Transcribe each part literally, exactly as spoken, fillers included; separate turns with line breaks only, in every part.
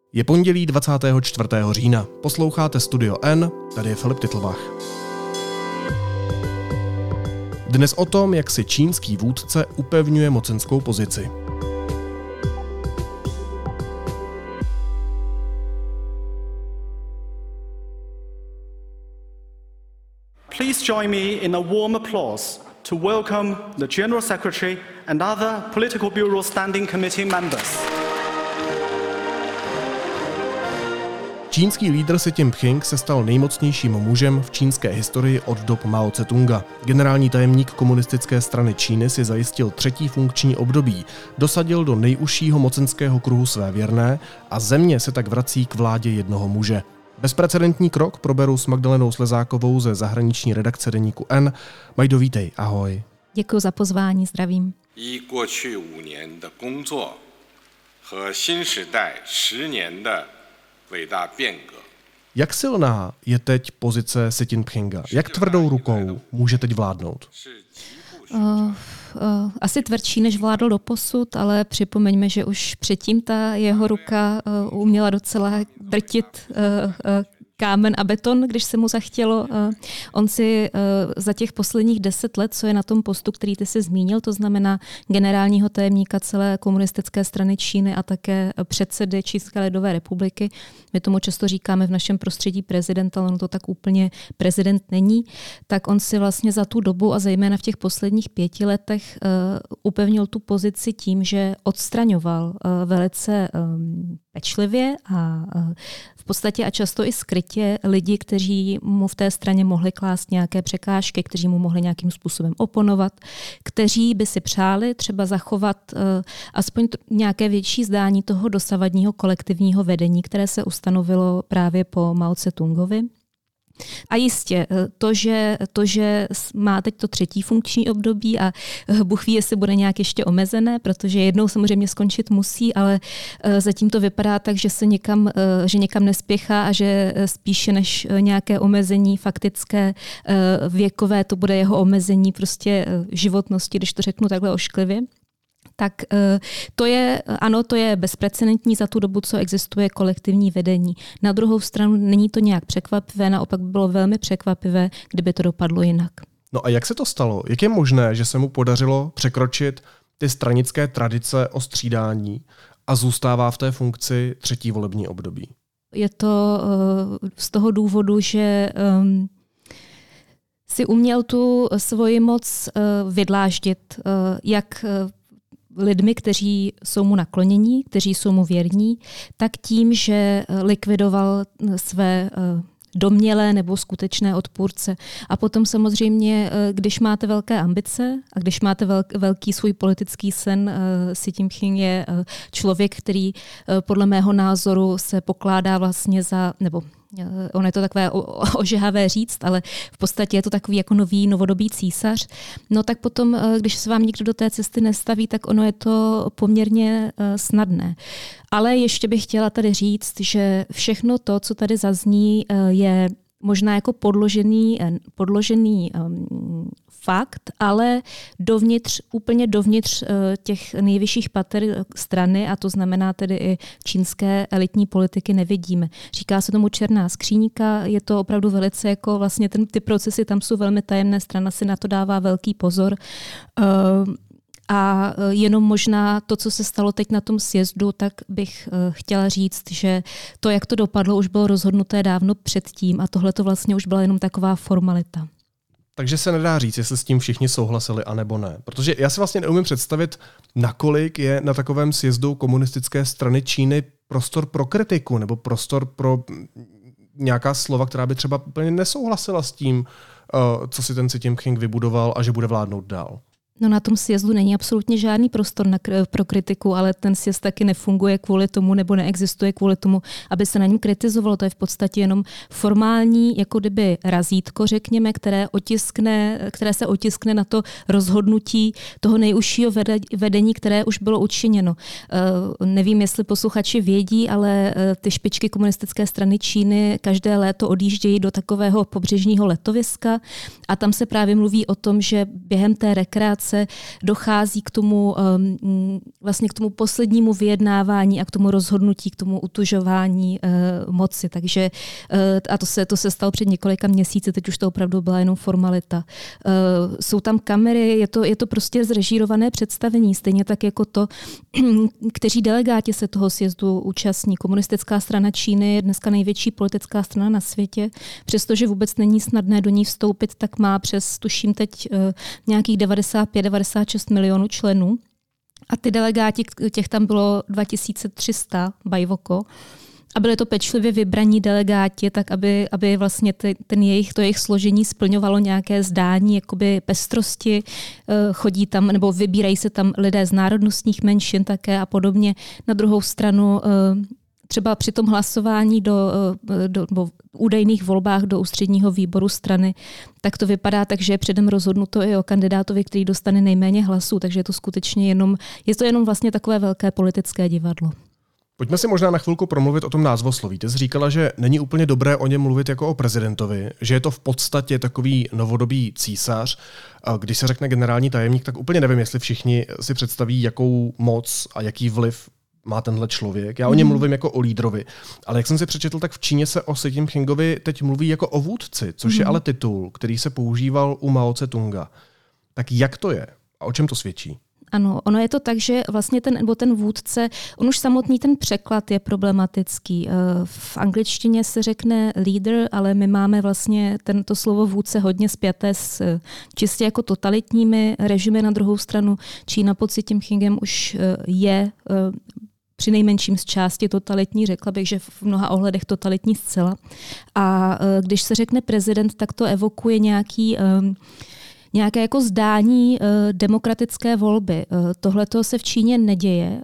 Je pondělí dvacátého čtvrtého října. Posloucháte Studio N, tady je Filip Titlbach. Dnes o tom, jak si čínský vůdce upevňuje mocenskou pozici.
Please join me in a warm applause to welcome the General Secretary and other Political Bureau Standing Committee members.
Čínský lídr Xi Jinping se stal nejmocnějším mužem v čínské historii od dob Mao Tse-tunga. Generální tajemník komunistické strany Číny si zajistil třetí funkční období, dosadil do nejužšího mocenského kruhu své věrné a země se tak vrací k vládě jednoho muže. Bezprecedentní krok proberu s Magdalenou Slezákovou ze zahraniční redakce deníku N. Majdo, vítej, ahoj.
Děkuji za pozvání, zdravím.
I 过去五年的工作和新时代十年的伟大变革。
Jak silná je teď pozice Xi Jinpinga? Jak tvrdou rukou může teď vládnout?
Uh, uh, asi tvrdší, než vládl doposud, ale připomeňme, že už předtím ta jeho ruka uh, uměla docela drtit uh, uh, kámen a beton, když se mu zachtělo. On si za těch posledních deset let, co je na tom postu, který ty jsi zmínil, to znamená generálního tajemníka celé komunistické strany Číny a také předsedy Čínské lidové republiky. My tomu často říkáme v našem prostředí prezident, ale on to tak úplně prezident není. Tak on si vlastně za tu dobu a zejména v těch posledních pěti letech upevnil tu pozici tím, že odstraňoval velice pečlivě a v podstatě a často i skrytě lidi, kteří mu v té straně mohli klást nějaké překážky, kteří mu mohli nějakým způsobem oponovat, kteří by si přáli třeba zachovat uh, aspoň t- nějaké větší zdání toho dosavadního kolektivního vedení, které se ustanovilo právě po Mao Tse-tungovi. A jistě, to že, to, že má teď to třetí funkční období a Bůh ví, jestli bude nějak ještě omezené, protože jednou samozřejmě skončit musí, ale zatím to vypadá tak, že se někam, že někam nespěchá a že spíše než nějaké omezení faktické věkové, to bude jeho omezení prostě životnosti, když to řeknu takhle ošklivě. Tak to je, ano, to je bezprecedentní za tu dobu, co existuje kolektivní vedení. Na druhou stranu není to nějak překvapivé, naopak by bylo velmi překvapivé, kdyby to dopadlo jinak.
No a jak se to stalo? Jak je možné, že se mu podařilo překročit ty stranické tradice o střídání a zůstává v té funkci třetí volební období?
Je to uh, z toho důvodu, že um, si uměl tu svoji moc uh, vydláždit, uh, jak uh, lidmi, kteří jsou mu naklonění, kteří jsou mu věrní, tak tím, že likvidoval své domnělé nebo skutečné odpůrce. A potom samozřejmě, když máte velké ambice a když máte velký svůj politický sen, Xi Jinping je člověk, který podle mého názoru se pokládá vlastně za, nebo ono je to takové ožehavé říct, ale v podstatě je to takový jako nový novodobý císař. No tak potom, když se vám nikdo do té cesty nestaví, tak ono je to poměrně snadné. Ale ještě bych chtěla tady říct, že všechno to, co tady zazní, je možná jako podložený, podložený um, fakt, ale dovnitř, úplně dovnitř uh, těch nejvyšších pater strany, a to znamená tedy i čínské elitní politiky, nevidíme. Říká se tomu černá skříňka, je to opravdu velice jako vlastně ten, ty procesy tam jsou velmi tajemné, strana si na to dává velký pozor. Uh, A jenom možná to, co se stalo teď na tom sjezdu, tak bych chtěla říct, že to, jak to dopadlo, už bylo rozhodnuté dávno předtím a tohle to vlastně už byla jenom taková formalita.
Takže se nedá říct, jestli s tím všichni souhlasili, anebo ne. Protože já si vlastně neumím představit, nakolik je na takovém sjezdu komunistické strany Číny prostor pro kritiku nebo prostor pro nějaká slova, která by třeba úplně nesouhlasila s tím, co si ten Xi Jinping vybudoval a že bude vládnout dál.
No na tom sjezdu není absolutně žádný prostor na, pro kritiku, ale ten sjezd taky nefunguje kvůli tomu nebo neexistuje kvůli tomu, aby se na něm kritizovalo. To je v podstatě jenom formální, jako kdyby razítko, řekněme, které, otiskne, které se otiskne na to rozhodnutí toho nejužšího vedení, které už bylo učiněno. Uh, nevím, jestli posluchači vědí, ale uh, ty špičky komunistické strany Číny každé léto odjíždějí do takového pobřežního letoviska a tam se právě mluví o tom, že během té rekreace se dochází k tomu um, vlastně k tomu poslednímu vyjednávání a k tomu rozhodnutí, k tomu utužování uh, moci. Takže uh, a to se, to se stalo před několika měsíci, teď už to opravdu byla jenom formalita. Uh, jsou tam kamery, je to, je to prostě zrežírované představení, stejně tak jako to, kteří delegáti se toho sjezdu účastní. Komunistická strana Číny je dneska největší politická strana na světě, přestože vůbec není snadné do ní vstoupit, tak má přes, tuším teď, uh, nějakých devadesát pět devadesát šest milionů členů. A ty delegáti, těch tam bylo dva tisíce tři sta, bajvoko. A byly to pečlivě vybraní delegáti, tak aby, aby vlastně ty, ten jejich, to jejich složení splňovalo nějaké zdání, jakoby pestrosti. Chodí tam, nebo vybírají se tam lidé z národnostních menšin také a podobně. Na druhou stranu třeba při tom hlasování do, do, do údajných volbách do ústředního výboru strany, tak to vypadá tak, že je předem rozhodnuto i o kandidátovi, který dostane nejméně hlasů, takže je to skutečně jenom, je to jenom vlastně takové velké politické divadlo.
Pojďme si možná na chvilku promluvit o tom názvosloví. Ty jsi říkala, že není úplně dobré o něm mluvit jako o prezidentovi, že je to v podstatě takový novodobý císař. Když se řekne generální tajemník, tak úplně nevím, jestli všichni si představí, jakou moc a jaký vliv má tenhle člověk. Já o něm mm. mluvím jako o lídrovi. Ale jak jsem si přečetl, tak v Číně se o Xi Jinpingovi teď mluví jako o vůdci, což mm. je ale titul, který se používal u Mao Tse-tunga. Tak jak to je? A o čem to svědčí?
Ano, ono je to tak, že vlastně ten, nebo ten vůdce, on už samotný ten překlad je problematický. V angličtině se řekne leader, ale my máme vlastně tento slovo vůdce hodně spjaté s čistě jako totalitními režimy. Na druhou stranu Čína pod Xi Jinpingem už je při nejmenším z části totalitní, řekla bych, že v mnoha ohledech totalitní zcela. A když se řekne prezident, tak to evokuje nějaký nějaké jako zdání uh, demokratické volby. Uh, Tohle se v Číně neděje.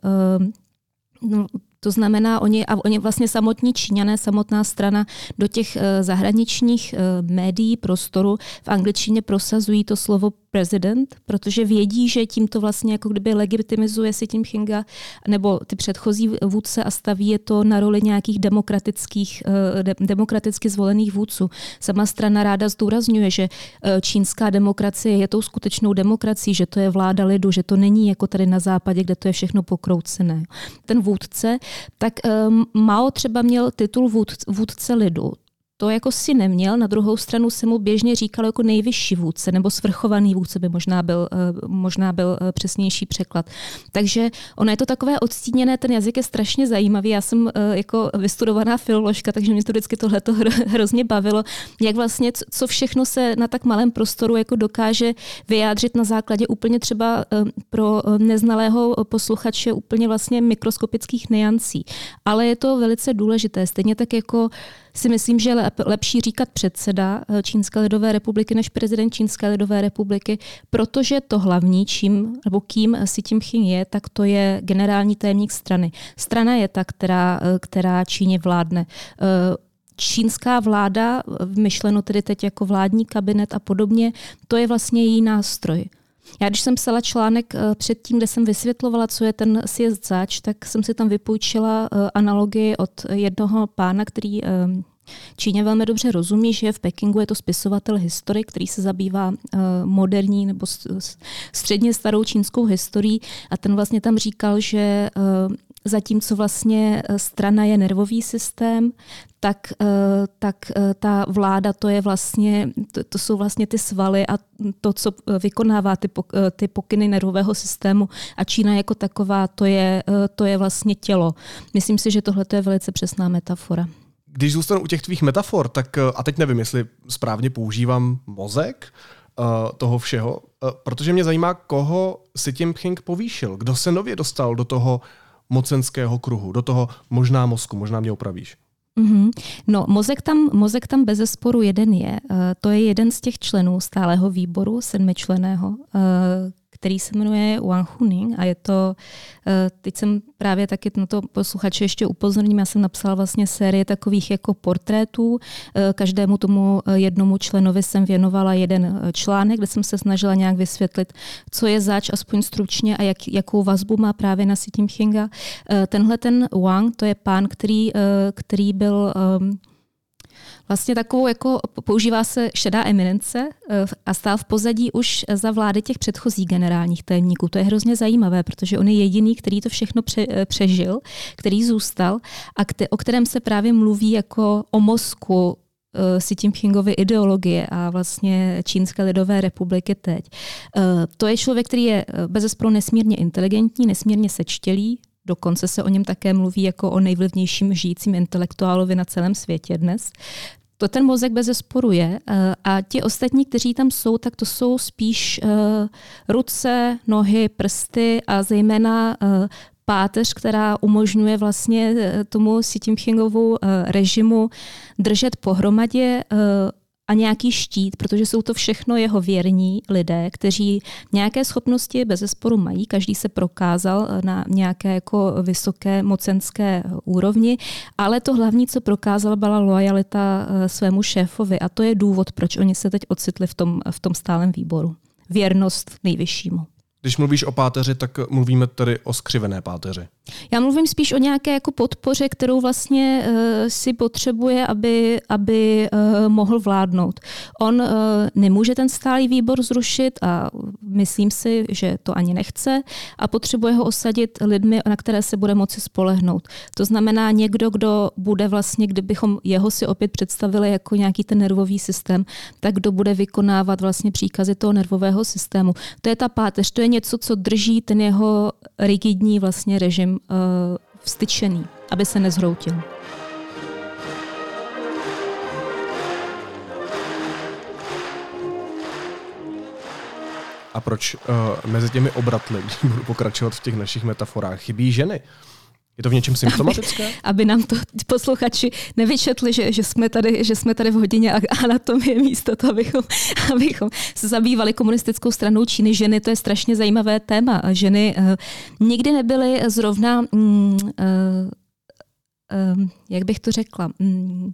Uh, no, to znamená, oni, a oni vlastně samotní Číňané, samotná strana do těch uh, zahraničních uh, médií, prostoru v angličtině prosazují to slovo prezident, protože vědí, že tímto vlastně jako kdyby legitimizuje Xi Jinpinga nebo ty předchozí vůdce a staví je to na roli nějakých demokratických, de, demokraticky zvolených vůdců. Sama strana ráda zdůrazňuje, že čínská demokracie je tou skutečnou demokracií, že to je vláda lidu, že to není jako tady na západě, kde to je všechno pokroucené. Ten vůdce, tak um, Mao třeba měl titul vůdce, vůdce lidu. To jako si neměl, na druhou stranu se mu běžně říkalo jako nejvyšší vůdce nebo svrchovaný vůdce by možná byl, možná byl přesnější překlad. Takže ono je to takové odstíněné, ten jazyk je strašně zajímavý. Já jsem jako vystudovaná filoložka, takže mě to vždycky tohleto hrozně bavilo, jak vlastně, co všechno se na tak malém prostoru jako dokáže vyjádřit na základě úplně třeba pro neznalého posluchače úplně vlastně mikroskopických nuancí. Ale je to velice důležité. Stejně tak jako si myslím, že je lepší říkat předseda Čínské lidové republiky než prezident Čínské lidové republiky, protože to hlavní, čím nebo kým Xi Jinping je, tak to je generální tajemník strany. Strana je ta, která, která Číně vládne. Čínská vláda, myšleno tedy teď jako vládní kabinet a podobně, to je vlastně její nástroj. Já když jsem psala článek předtím, kde jsem vysvětlovala, co je ten sjezd zač, tak jsem si tam vypůjčila analogii od jednoho pána, který Číně velmi dobře rozumí, že v Pekingu je to spisovatel historik, který se zabývá moderní nebo středně starou čínskou historií a ten vlastně tam říkal, že zatímco vlastně strana je nervový systém, tak, tak ta vláda to je vlastně, to, to jsou vlastně ty svaly a to, co vykonává ty, ty pokyny nervového systému a Čína jako taková, to je, to je vlastně tělo. Myslím si, že tohle je velice přesná metafora.
Když zůstanu u těch tvých metafor, tak a teď nevím, jestli správně používám mozek uh, toho všeho, uh, protože mě zajímá, koho Xi Jinping povýšil, kdo se nově dostal do toho mocenského kruhu, do toho možná mozku, možná mě opravíš.
Mm-hmm. No, mozek tam, mozek tam bezesporu jeden je. Uh, to je jeden z těch členů stálého výboru, sedmičlenného, uh, který se jmenuje Wang Huning a je to, teď jsem právě taky na to posluchače ještě upozorním, já jsem napsala vlastně série takových jako portrétů, každému tomu jednomu členovi jsem věnovala jeden článek, kde jsem se snažila nějak vysvětlit, co je zač, aspoň stručně a jak, jakou vazbu má právě na Xi Jinpinga. Tenhle ten Wang, to je pán, který, který byl vlastně takovou, jako používá se šedá eminence a stál v pozadí už za vlády těch předchozích generálních tajemníků. To je hrozně zajímavé, protože on je jediný, který to všechno pře, přežil, který zůstal a kte, o kterém se právě mluví jako o mozku Xi Jinpingovy ideologie a vlastně Čínské lidové republiky teď. To je člověk, který je bezesporu nesmírně inteligentní, nesmírně sečtělý, dokonce se o něm také mluví jako o nejvlivnějším žijícím intelektuálovi na celém světě dnes. To ten mozek bezesporu je a ti ostatní, kteří tam jsou, tak to jsou spíš ruce, nohy, prsty a zejména páteř, která umožňuje vlastně tomu Xi Jinpingovu režimu držet pohromadě a nějaký štít, protože jsou to všechno jeho věrní lidé, kteří nějaké schopnosti bezesporu mají, každý se prokázal na nějaké jako vysoké mocenské úrovni, ale to hlavní, co prokázal, byla loajalita svému šéfovi a to je důvod, proč oni se teď ocitli v tom, v tom stálem výboru. Věrnost nejvyššímu.
Když mluvíš o páteři, tak mluvíme tady o skřivené páteři.
Já mluvím spíš o nějaké jako podpoře, kterou vlastně uh, si potřebuje, aby, aby uh, mohl vládnout. On uh, nemůže ten stálý výbor zrušit a myslím si, že to ani nechce a potřebuje ho osadit lidmi, na které se bude moci spolehnout. To znamená někdo, kdo bude vlastně, kdybychom jeho si opět představili jako nějaký ten nervový systém, tak kdo bude vykonávat vlastně příkazy toho nervového systému. To je ta páteř, to je něco, co drží ten jeho rigidní vlastně režim vstyčený, aby se nezhroutil.
A proč uh, mezi těmi obratly, když budu pokračovat v těch našich metaforách, chybí ženy? Je to v něčem symptomatické?
Aby, aby nám to posluchači nevyčetli, že, že, jsme tady, že jsme tady v hodině anatomie místo toho, abychom, abychom se zabývali komunistickou stranou Číny. Ženy, to je strašně zajímavé téma. Ženy uh, nikdy nebyly zrovna, um, uh, um, jak bych to řekla, um,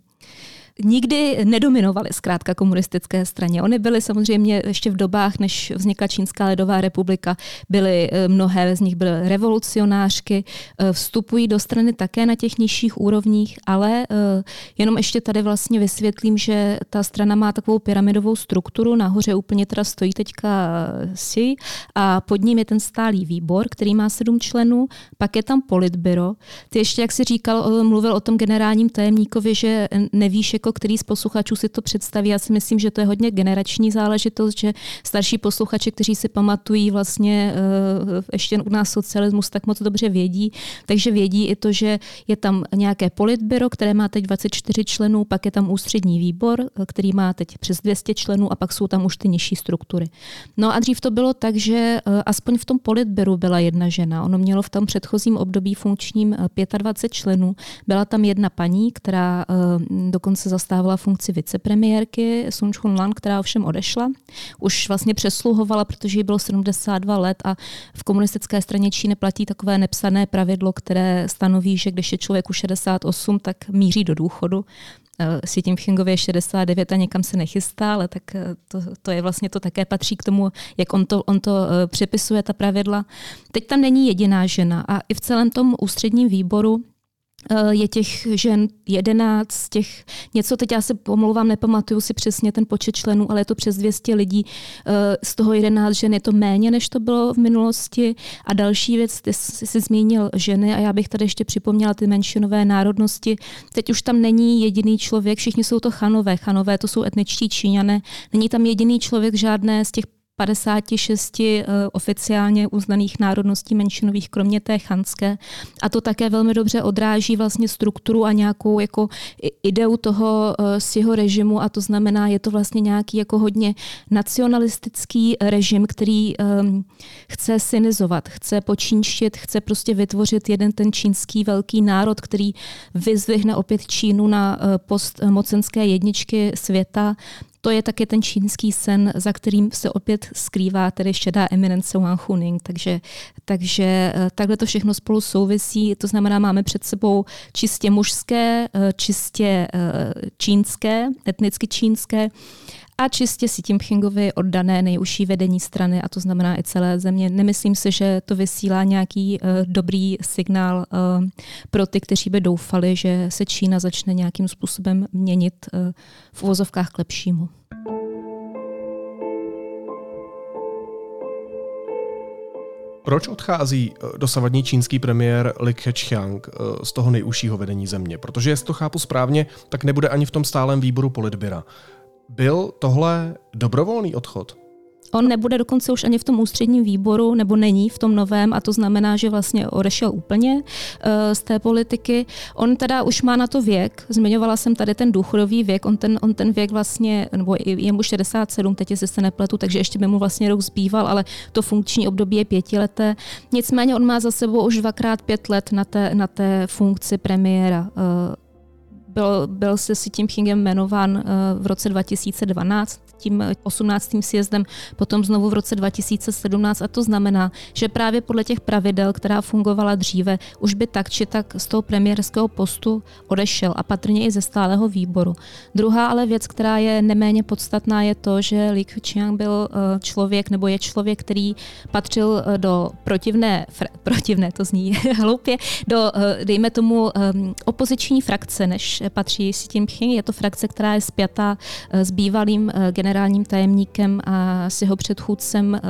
nikdy nedominovaly zkrátka komunistické straně. Ony byly samozřejmě ještě v dobách, než vznikla Čínská lidová republika, byly mnohé z nich byly revolucionářky, vstupují do strany také na těch nižších úrovních, ale jenom ještě tady vlastně vysvětlím, že ta strana má takovou pyramidovou strukturu, nahoře úplně teda stojí teďka Xi a pod ním je ten stálý výbor, který má sedm členů, pak je tam politbyro. Ty ještě, jak jsi říkal, mluvil o tom generálním tajemníkovi, že nevíš, jako který z posluchačů si to představí. Já si myslím, že to je hodně generační záležitost, že starší posluchači, kteří si pamatují vlastně uh, ještě u nás socialismus, tak moc dobře vědí. Takže vědí i to, že je tam nějaké politbyro, které má teď dvacet čtyři členů, pak je tam ústřední výbor, který má teď přes dvě stě členů a pak jsou tam už ty nižší struktury. No a dřív to bylo tak, že uh, aspoň v tom politbyru byla jedna žena. Ono mělo v tom předchozím období funkčním dvacet pět členů. Byla tam jedna paní, která uh, dokonce zastávala funkci vicepremiérky Sun Chunlan, která ovšem odešla. Už vlastně přesluhovala, protože jí bylo sedmdesát dva let a v komunistické straně Číny platí takové nepsané pravidlo, které stanoví, že když je člověk už šedesát osm, tak míří do důchodu. Xi Jinpingově je šedesát devět a někam se nechystá, ale tak to, to je vlastně to také patří k tomu, jak on to, on to přepisuje, ta pravidla. Teď tam není jediná žena a i v celém tom ústředním výboru je těch žen jedenáct, těch něco, teď já se pomlouvám, nepamatuju si přesně ten počet členů, ale je to přes dvě stě lidí, z toho jedenáct žen, je to méně, než to bylo v minulosti. A další věc, ty jsi zmínil ženy a já bych tady ještě připomněla ty menšinové národnosti. Teď už tam není jediný člověk, všichni jsou to Chanové. Chanové to jsou etničtí Číňané. Není tam jediný člověk žádné z těch padesát šest uh, oficiálně uznaných národností menšinových, kromě té chanské. A to také velmi dobře odráží vlastně strukturu a nějakou jako ideu toho uh, z jeho režimu a to znamená, je to vlastně nějaký jako hodně nacionalistický režim, který um, chce synizovat, chce počínštit, chce prostě vytvořit jeden ten čínský velký národ, který vyzdvihne opět Čínu na uh, post mocenské jedničky světa. To je také ten čínský sen, za kterým se opět skrývá tedy šedá eminence Wang Huning. Takže, takže takhle to všechno spolu souvisí. To znamená, máme před sebou čistě mužské, čistě čínské, etnicky čínské a čistě Xi Jinpingovi oddané nejužší vedení strany, a to znamená i celé země. Nemyslím si, že to vysílá nějaký uh, dobrý signál uh, pro ty, kteří by doufali, že se Čína začne nějakým způsobem měnit uh, v uvozovkách k lepšímu.
Proč odchází dosavadní čínský premiér Li Keqiang z toho nejužšího vedení země? Protože jestli to chápu správně, tak nebude ani v tom stálem výboru politbyra. Byl tohle dobrovolný odchod?
On nebude dokonce už ani v tom ústředním výboru, nebo není v tom novém, a to znamená, že vlastně odešel úplně uh, z té politiky. On teda už má na to věk, zmiňovala jsem tady ten důchodový věk, on ten, on ten věk vlastně, nebo je mu šedesát sedm, teď jestli se nepletu, takže ještě by mu vlastně rok zbýval, ale to funkční období je pětileté. Nicméně on má za sebou už dvakrát pět let na té, na té funkci premiéra. Uh, Byl, byl se Xi Jinpingem jmenován v roce dva tisíce dvanáct, tím osmnáctým sjezdem, potom znovu v roce dva tisíce sedmnáct, a to znamená, že právě podle těch pravidel, která fungovala dříve, už by tak či tak z toho premiérského postu odešel a patrně i ze stálého výboru. Druhá ale věc, která je neméně podstatná, je to, že Li Keqiang byl člověk, nebo je člověk, který patřil do protivné, protivné to zní hloupě, do, dejme tomu, opoziční frakce, než patří Xi Jinping. Je to frakce, která je spjatá s bývalým generálním tajemníkem a s jeho předchůdcem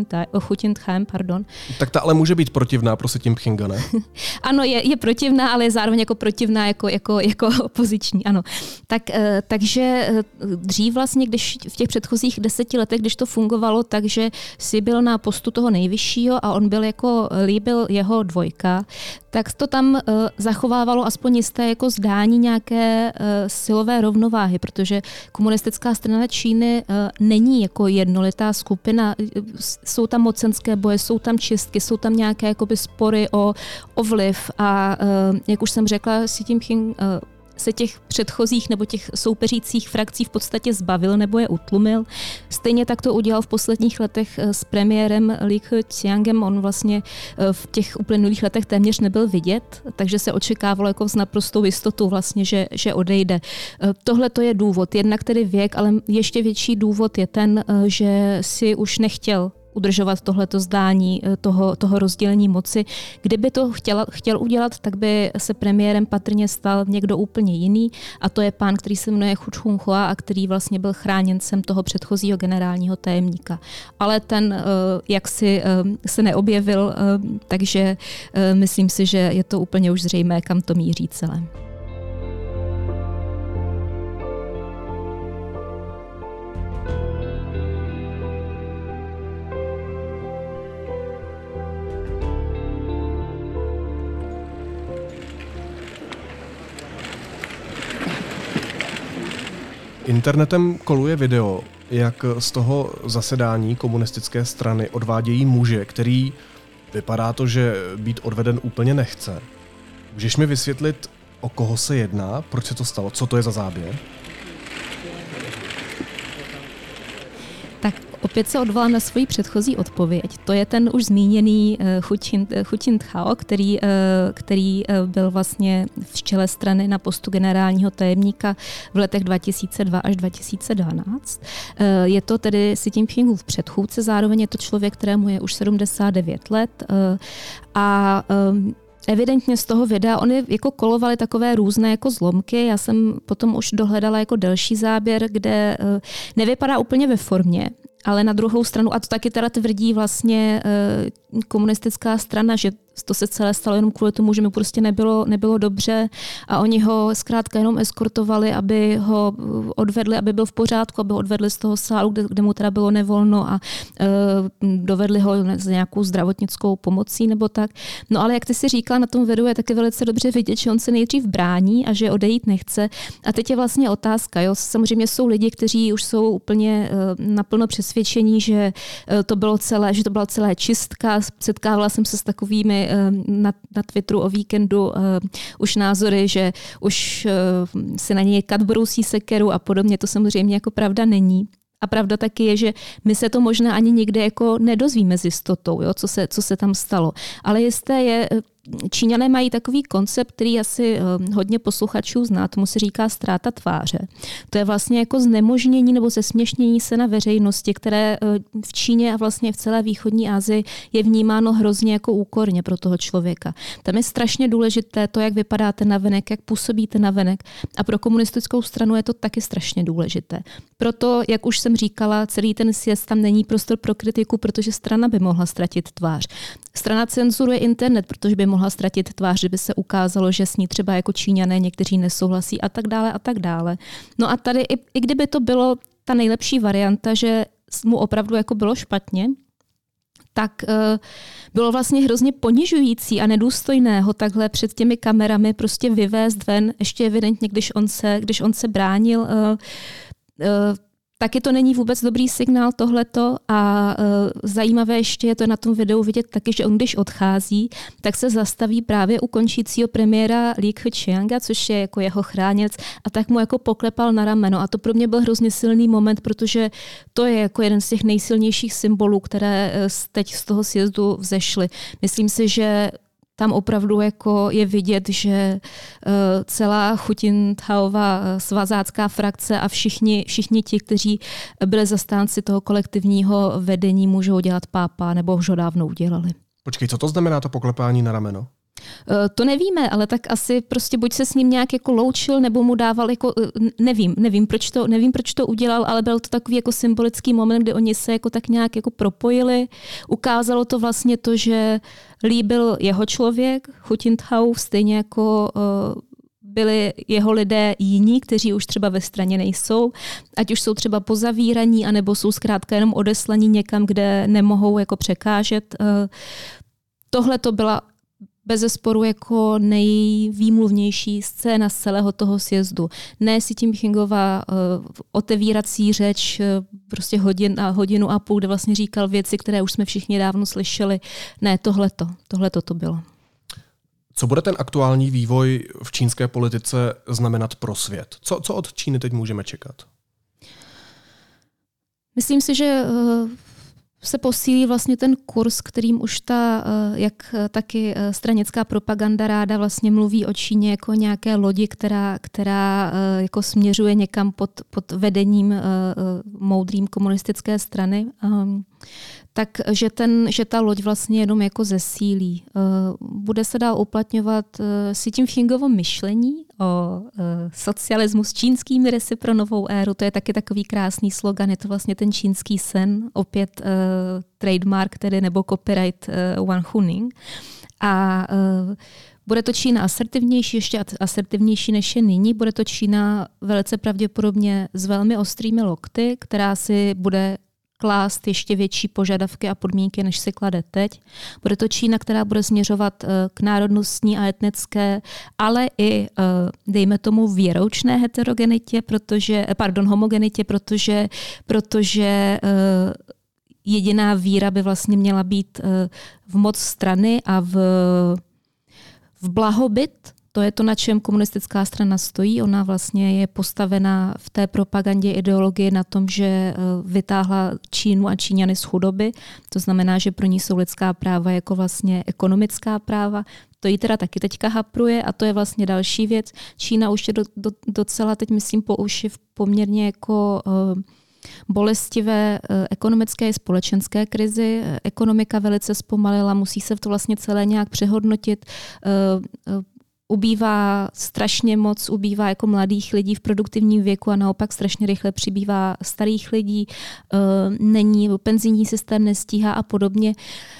Hu Jintaem, pardon.
Tak ta ale může být protivná pro Xi Jinpinga, ne?
Ano, je, je protivná, ale je zároveň jako protivná jako, jako, jako opoziční, ano. Tak, takže dřív vlastně, když v těch předchozích deseti letech, když to fungovalo tak, že Xi byl na postu toho nejvyššího a on byl jako, Li byl jeho dvojka, tak to tam uh, zachovávalo aspoň jisté jako zdání nějaké uh, silové rovnováhy, protože komunistická strana Číny uh, není jako jednolitá skupina. Jsou tam mocenské boje, jsou tam čistky, jsou tam nějaké jakoby spory o, o vliv a uh, jak už jsem řekla, Xi Jinping uh, se těch předchozích nebo těch soupeřících frakcí v podstatě zbavil nebo je utlumil. Stejně tak to udělal v posledních letech s premiérem Li Keqiangem. On vlastně v těch uplynulých letech téměř nebyl vidět, takže se očekávalo jako s naprostou jistotou vlastně, že, že odejde. Tohle to je důvod. Jednak tedy věk, ale ještě větší důvod je ten, že si už nechtěl udržovat tohleto zdání toho, toho rozdělení moci. Kdyby to chtěl, chtěl udělat, tak by se premiérem patrně stal někdo úplně jiný, a to je pán, který se jmenuje Hu Chunhua a který vlastně byl chráněncem toho předchozího generálního tajemníka. Ale ten jaksi se neobjevil, takže myslím si, že je to úplně už zřejmé, kam to míří celé.
Internetem koluje video, jak z toho zasedání komunistické strany odvádějí muže, který vypadá to, že být odveden úplně nechce. Můžeš mi vysvětlit, o koho se jedná, proč se to stalo, co to je za záběr?
Tak opět se odvolám na svoji předchozí odpověď. To je ten už zmíněný Hu Jintao, který, který byl vlastně v čele strany na postu generálního tajemníka v letech dva tisíce dva až dva tisíce dvanáct. Je to tedy Xi Jinpingův předchůdce, zároveň je to člověk, kterému je už sedmdesát devět let a evidentně z toho videa, oni jako kolovaly takové různé jako zlomky, já jsem potom už dohledala jako delší záběr, kde nevypadá úplně ve formě, ale na druhou stranu, a to taky teda tvrdí vlastně komunistická strana, že to se celé stalo jenom kvůli tomu, že mu prostě nebylo, nebylo dobře a oni ho zkrátka jenom eskortovali, aby ho odvedli, aby byl v pořádku, aby ho odvedli z toho sálu, kde, kde mu teda bylo nevolno a uh, dovedli ho s nějakou zdravotnickou pomocí nebo tak. No ale jak ty si říkala, na tom videu je taky velice dobře vidět, že on se nejdřív brání a že odejít nechce. A teď je vlastně otázka. Jo? Samozřejmě jsou lidi, kteří už jsou úplně uh, naplno přesvědčení, že uh, to bylo celé, že to byla celé čistka. Setkávala jsem se s takovými Na, na Twitteru o víkendu uh, už názory, že už uh, si na něj kat brousí sekeru a podobně. To samozřejmě jako pravda není. A pravda taky je, že my se to možná ani nikde jako nedozvíme s jistotou, jo, co se, co se tam stalo. Ale jisté je, Číňané mají takový koncept, který asi hodně posluchačů zná, tomu se říká ztráta tváře. To je vlastně jako znemožnění nebo zesměšnění se na veřejnosti, které v Číně a vlastně v celé východní Asii je vnímáno hrozně jako úkorně pro toho člověka. Tam je strašně důležité to, jak vypadáte navenek, jak působíte navenek, a pro komunistickou stranu je to taky strašně důležité. Proto, jak už jsem říkala, celý ten sjezd, tam není prostor pro kritiku, protože strana by mohla ztratit tvář. Strana cenzuruje internet, protože by mohla ztratit tvář, že by se ukázalo, že s ní třeba jako Číňané někteří nesouhlasí a tak dále a tak dále. No a tady, i, i kdyby to bylo ta nejlepší varianta, že mu opravdu jako bylo špatně, tak uh, bylo vlastně hrozně ponižující a nedůstojné ho takhle před těmi kamerami prostě vyvést ven, ještě evidentně, když on se, když on se bránil. Uh, uh, Taky to není vůbec dobrý signál tohleto a uh, zajímavé ještě je to na tom videu vidět taky, že on když odchází, tak se zastaví právě u končícího premiéra Li Keqianga, což je jako jeho chráněc, a tak mu jako poklepal na rameno. A to pro mě byl hrozně silný moment, protože to je jako jeden z těch nejsilnějších symbolů, které teď z toho sjezdu vzešly. Myslím si, že tam opravdu jako je vidět, že uh, celá Chutintaová svazácká frakce a všichni, všichni ti, kteří byli zastánci toho kolektivního vedení, můžou dělat pápa, nebo už ho dávno udělali.
Počkej, co to znamená to poklepání na rameno?
Uh, to nevíme, ale tak asi prostě buď se s ním nějak jako loučil, nebo mu dával jako, uh, nevím, nevím proč, to, nevím, proč to udělal, ale byl to takový jako symbolický moment, kdy oni se jako tak nějak jako propojili. Ukázalo to vlastně to, že Li byl jeho člověk, Hu Jintao, stejně jako uh, byli jeho lidé jiní, kteří už třeba ve straně nejsou, ať už jsou třeba pozavíraní, anebo jsou zkrátka jenom odeslaní někam, kde nemohou jako překážet. Uh, tohle to byla bezesporu jako nejvýmluvnější scéna z celého toho sjezdu. Ne Xi Jinpingová uh, otevírací řeč uh, prostě hodin a hodinu a půl, kde vlastně říkal věci, které už jsme všichni dávno slyšeli. Ne, tohleto, tohleto to bylo.
Co bude ten aktuální vývoj v čínské politice znamenat pro svět? Co, co od Číny teď můžeme čekat?
Myslím si, že uh, se posílí vlastně ten kurz, kterým už ta, jak taky stranická propaganda ráda vlastně mluví o Číně jako nějaké lodi, která, která jako směřuje někam pod, pod vedením moudrým komunistické strany. Takže ten, že ta loď vlastně jenom jako zesílí. Bude se dál uplatňovat Xi Jinpingovo myšlení o socialismu s čínskými rysy pro novou éru. To je taky takový krásný slogan, je to vlastně ten čínský sen, opět uh, trademark tedy nebo copyright uh, Wang Huning. A uh, bude to Čína asertivnější, ještě asertivnější než je nyní. Bude to Čína velice pravděpodobně s velmi ostrými lokty, která si bude klást ještě větší požadavky a podmínky, než si klade teď. Bude to Čína, která bude směřovat k národnostní a etnické, ale i, dejme tomu, věroučné heterogenitě, protože, pardon, homogenitě, protože, protože jediná víra by vlastně měla být v moc strany a v, v blahobyt. To je to, na čem komunistická strana stojí. Ona vlastně je postavená v té propagandě ideologii na tom, že vytáhla Čínu a Číňany z chudoby. To znamená, že pro ní jsou lidská práva jako vlastně ekonomická práva. To jí teda taky teďka hapruje a to je vlastně další věc. Čína už je do, do, docela teď, myslím, po uši v poměrně jako uh, bolestivé uh, ekonomické i společenské krizi. Ekonomika velice zpomalila, musí se to vlastně celé nějak přehodnotit. Uh, uh, Ubývá strašně moc, ubývá jako mladých lidí v produktivním věku a naopak strašně rychle přibývá starých lidí, není, penzijní systém nestíhá a podobně.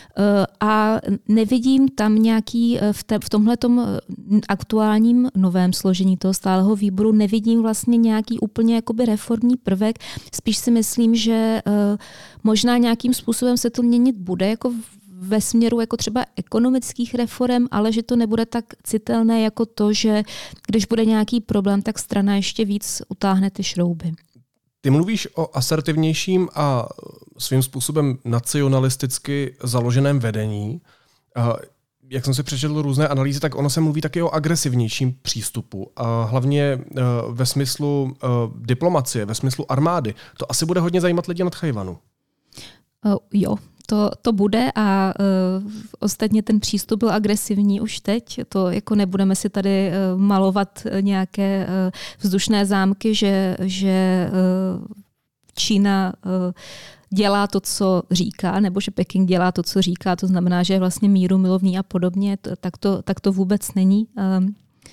A nevidím tam nějaký, v, te, v tomhletom aktuálním novém složení toho stáleho výboru, nevidím vlastně nějaký úplně jakoby reformní prvek. Spíš si myslím, že možná nějakým způsobem se to měnit bude, jako ve směru jako třeba ekonomických reforem, ale že to nebude tak citelné jako to, že když bude nějaký problém, tak strana ještě víc utáhne ty šrouby.
Ty mluvíš o asertivnějším a svým způsobem nacionalisticky založeném vedení. Jak jsem si přečetl různé analýzy, tak ono se mluví taky o agresivnějším přístupu. A hlavně ve smyslu diplomacie, ve smyslu armády. To asi bude hodně zajímat lidi na Tchajwanu.
Uh, jo, to, to bude a uh, ostatně ten přístup byl agresivní už teď. To jako nebudeme si tady uh, malovat nějaké uh, vzdušné zámky, že, že uh, Čína uh, dělá to, co říká, nebo že Peking dělá to, co říká, to znamená, že je vlastně míru milovný a podobně, to, tak, to, tak to vůbec není. Um,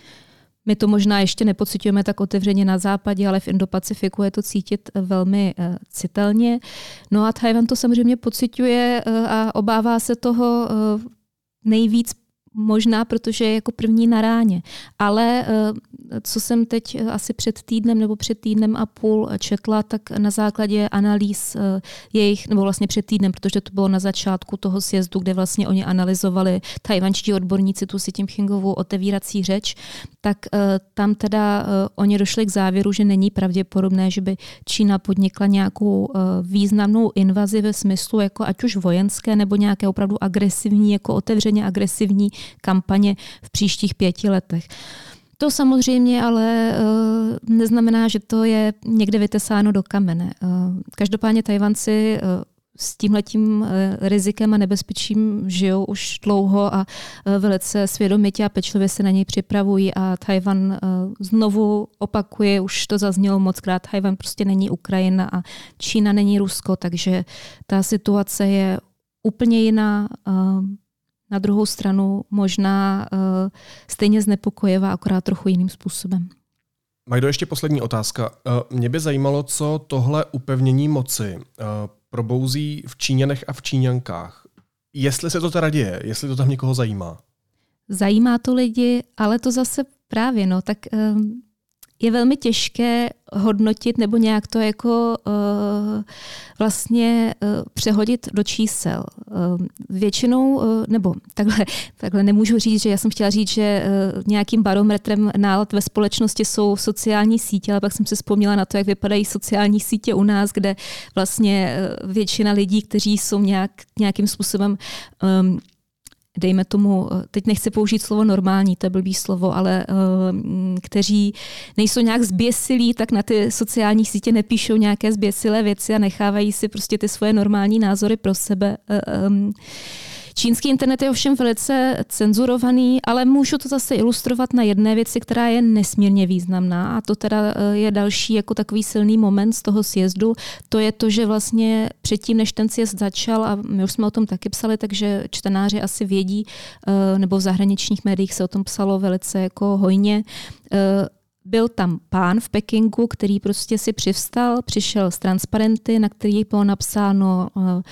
My to možná ještě nepociťujeme tak otevřeně na západě, ale v Indo-Pacifiku je to cítit velmi uh, citelně. No a Tchaj-wan to samozřejmě pociťuje uh, a obává se toho uh, nejvíc možná, protože je jako první na ráně. Ale co jsem teď asi před týdnem nebo před týdnem a půl četla, tak na základě analýz jejich, nebo vlastně před týdnem, protože to bylo na začátku toho sjezdu, kde vlastně oni analyzovali tchajwanští odborníci tu Si Ťin-pchingovou otevírací řeč, tak tam teda oni došli k závěru, že není pravděpodobné, že by Čína podnikla nějakou významnou invazi ve smyslu jako ať už vojenské nebo nějaké opravdu agresivní, jako otevřeně agresivní kampaně v příštích pěti letech. To samozřejmě ale uh, neznamená, že to je někde vytesáno do kamene. Uh, každopádně Tajvanci uh, s tímhletím uh, rizikem a nebezpečím žijou už dlouho a uh, velice svědomitě a pečlivě se na něj připravují a Tchaj-wan uh, znovu opakuje, už to zaznělo mockrát, Tchaj-wan prostě není Ukrajina a Čína není Rusko, takže ta situace je úplně jiná. Uh, Na druhou stranu možná uh, stejně znepokojivá, akorát trochu jiným způsobem.
Majdo, ještě poslední otázka. Uh, mě by zajímalo, co tohle upevnění moci uh, probouzí v Číňanech a v Číňankách. Jestli se to teda děje, jestli to tam někoho zajímá.
Zajímá to lidi, ale to zase právě, no, tak um, je velmi těžké hodnotit nebo nějak to jako uh, vlastně uh, přehodit do čísel. Uh, většinou, uh, nebo takhle, takhle nemůžu říct, že já jsem chtěla říct, že uh, nějakým barometrem nálad ve společnosti jsou sociální sítě, ale pak jsem si vzpomněla na to, jak vypadají sociální sítě u nás, kde vlastně uh, většina lidí, kteří jsou nějak, nějakým způsobem um, dejme tomu, teď nechci použít slovo normální, to je blbý slovo, ale uh, kteří nejsou nějak zběsilí, tak na ty sociální sítě nepíšou nějaké zběsilé věci a nechávají si prostě ty svoje normální názory pro sebe. Uh, um, Čínský internet je ovšem velice cenzurovaný, ale můžu to zase ilustrovat na jedné věci, která je nesmírně významná a to teda je další jako takový silný moment z toho sjezdu. To je to, že vlastně předtím, než ten sjezd začal, a my už jsme o tom taky psali, takže čtenáři asi vědí, nebo v zahraničních médiích se o tom psalo velice jako hojně, byl tam pán v Pekingu, který prostě si přivstal, přišel s transparenty, na kterých bylo napsáno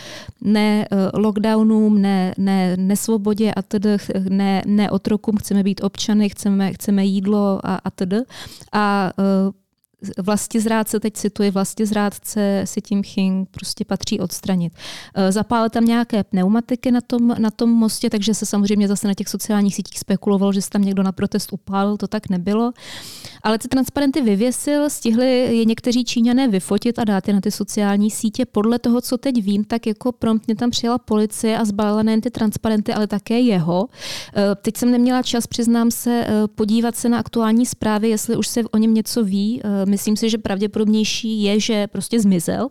ne lockdownům, ne, ne nesvobodě a tedy, ne, ne otrokům, chceme být občany, chceme, chceme jídlo a, a tedy. A vlastizrádce, teď cituji, vlastizrádce Si Ťin-pching prostě patří odstranit. Zapálil tam nějaké pneumatiky na tom, na tom mostě, takže se samozřejmě zase na těch sociálních sítích spekulovalo, že se tam někdo na protest upálil, to tak nebylo. Ale ty transparenty vyvěsil, stihli je někteří Číňané vyfotit a dát je na ty sociální sítě. Podle toho, co teď vím, tak jako promptně tam přijela policie a zbalila nejen ty transparenty, ale také jeho. Teď jsem neměla čas, přiznám se, podívat se na aktuální zprávy, jestli už se o něm něco ví. Myslím si, že pravděpodobnější je, že prostě zmizel.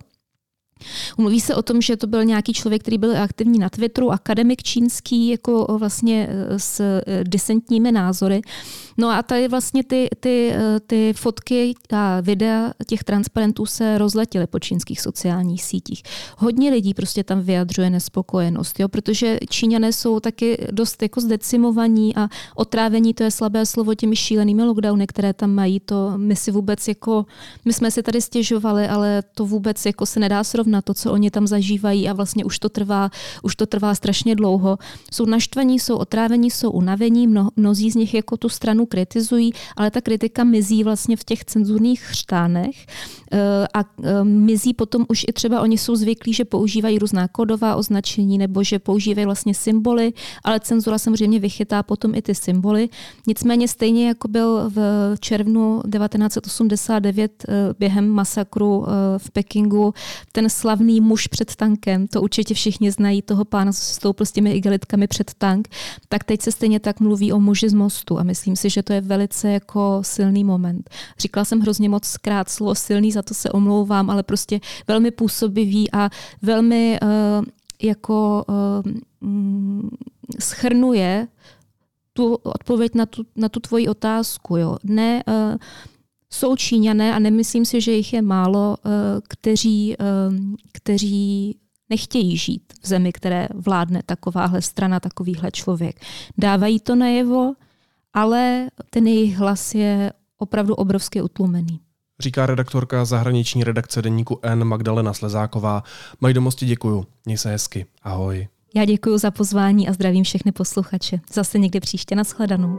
Mluví se o tom, že to byl nějaký člověk, který byl aktivní na Twitteru, akademik čínský, jako vlastně s disentními názory. No a tady vlastně ty, ty, ty fotky a videa těch transparentů se rozletěly po čínských sociálních sítích. Hodně lidí prostě tam vyjadřuje nespokojenost, jo, protože Číňané jsou taky dost jako zdecimovaní a otrávení, to je slabé slovo, těmi šílenými lockdowny, které tam mají, to my si vůbec jako, my jsme si tady stěžovali, ale to vůbec jako se nedá srovnat to, co oni tam zažívají a vlastně už to trvá, už to trvá strašně dlouho. Jsou naštvaní, jsou otrávení, jsou unavení, mno, mnozí z nich jako tu stranu kritizují, ale ta kritika mizí vlastně v těch cenzurních chřtánech a mizí potom už i třeba oni jsou zvyklí, že používají různá kódová označení nebo že používají vlastně symboly, ale cenzura samozřejmě vychytá potom i ty symboly. Nicméně stejně jako byl v červnu devatenáct set osmdesát devět během masakru v Pekingu ten slavný muž před tankem, to určitě všichni znají, toho pána, co stoupil s těmi igelitkami před tank, tak teď se stejně tak mluví o muži z mostu a myslím si, že to je velice jako silný moment. Říkala jsem hrozně moc krát slovo silný, za to se omlouvám, ale prostě velmi působivý a velmi uh, jako uh, schrnuje tu odpověď na tu, na tu tvoji otázku. Jo. Ne, uh, jsou Číňané, a nemyslím si, že jich je málo, uh, kteří, uh, kteří nechtějí žít v zemi, které vládne takováhle strana, takovýhle člověk. Dávají to najevo, ale ten jejich hlas je opravdu obrovsky utlumený.
Říká redaktorka zahraniční redakce deníku N Magdalena Slezáková. Majdomosti, děkuju. Měj se hezky. Ahoj.
Já děkuju za pozvání a zdravím všechny posluchače. Zase někdy příště, nashledanou.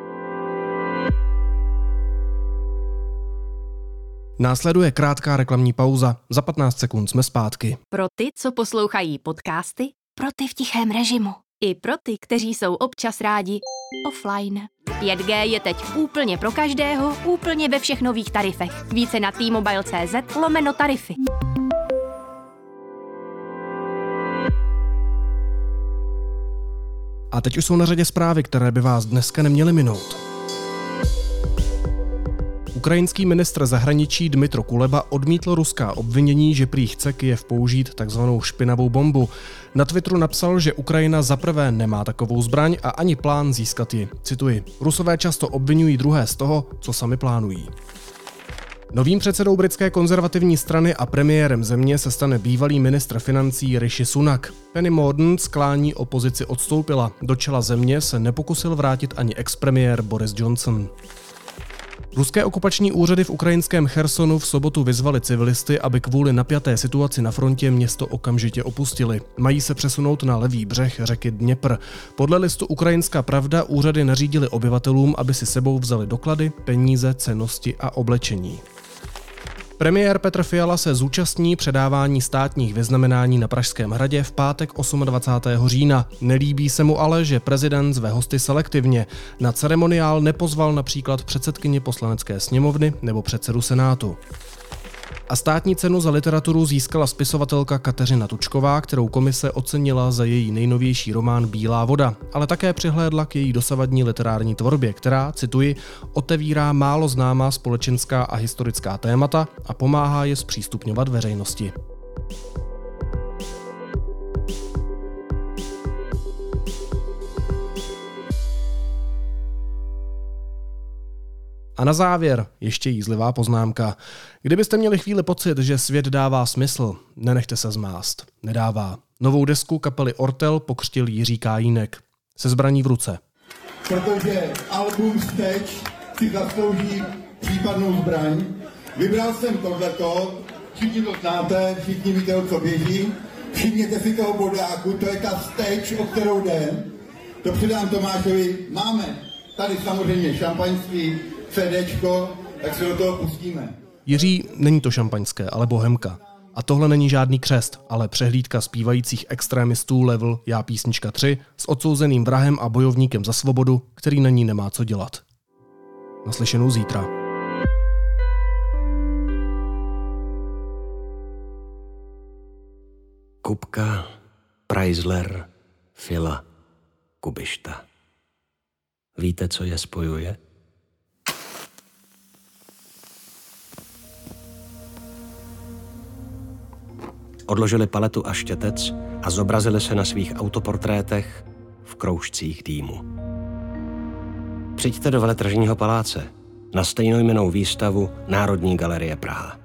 Následuje krátká reklamní pauza. Za patnáct sekund jsme zpátky.
Pro ty, co poslouchají podcasty, pro ty v tichém režimu. I pro ty, kteří jsou občas rádi offline. pět G je teď úplně pro každého, úplně ve všech nových tarifech. Více na T-Mobile tečka cé zet lomeno tarify.
A teď už jsou na řadě zprávy, které by vás dneska neměly minout. Ukrajinský ministr zahraničí Dmytro Kuleba odmítl ruská obvinění, že prý chce Kyjev použít takzvanou špinavou bombu. Na Twitteru napsal, že Ukrajina zaprvé nemá takovou zbraň a ani plán získat ji. Cituji: Rusové často obvinují druhé z toho, co sami plánují. Novým předsedou britské konzervativní strany a premiérem země se stane bývalý ministr financí Rishi Sunak. Penny Mordaunt sklání opozici odstoupila. Do čela země se nepokusil vrátit ani expremiér Boris Johnson. Ruské okupační úřady v ukrajinském Chersonu v sobotu vyzvali civilisty, aby kvůli napjaté situaci na frontě město okamžitě opustili. Mají se přesunout na levý břeh řeky Dněpr. Podle listu Ukrajinská pravda úřady nařídili obyvatelům, aby si sebou vzali doklady, peníze, cennosti a oblečení. Premiér Petr Fiala se zúčastní předávání státních vyznamenání na Pražském hradě v pátek dvacátého osmého října. Nelíbí se mu ale, že prezident zve hosty selektivně. Na ceremoniál nepozval například předsedkyni Poslanecké sněmovny nebo předsedu Senátu. A státní cenu za literaturu získala spisovatelka Kateřina Tučková, kterou komise ocenila za její nejnovější román Bílá voda, ale také přihlédla k její dosavadní literární tvorbě, která, cituji, otevírá málo známá společenská a historická témata a pomáhá je zpřístupňovat veřejnosti. A na závěr ještě jízlivá poznámka. Kdybyste měli chvíli pocit, že svět dává smysl, nenechte se zmást. Nedává. Novou desku kapely Ortel pokřtil Jiří Kájínek. Se zbraní v ruce.
Protože album Steč si zaslouží případnou zbraň. Vybral jsem tohleto, všichni to znáte, všichni víte, o co běží. Všimněte si toho bodáku, to je ta Steč, o kterou jde. To předám Tomášovi. Máme tady samozřejmě šampaňství, CDčko, tak se do toho pustíme.
Jiří, není to šampaňské, ale bohemka. A tohle není žádný křest, ale přehlídka zpívajících extrémistů level Já písnička tři s odsouzeným vrahem a bojovníkem za svobodu, který na ní nemá co dělat. Naslyšenou zítra.
Kupka, Chrysler, Fila, Kubišta. Víte, co je spojuje? Odložili paletu a štětec a zobrazili se na svých autoportrétech v kroužcích dýmu. Přijďte do Veletržního paláce na stejnojmennou výstavu Národní galerie Praha.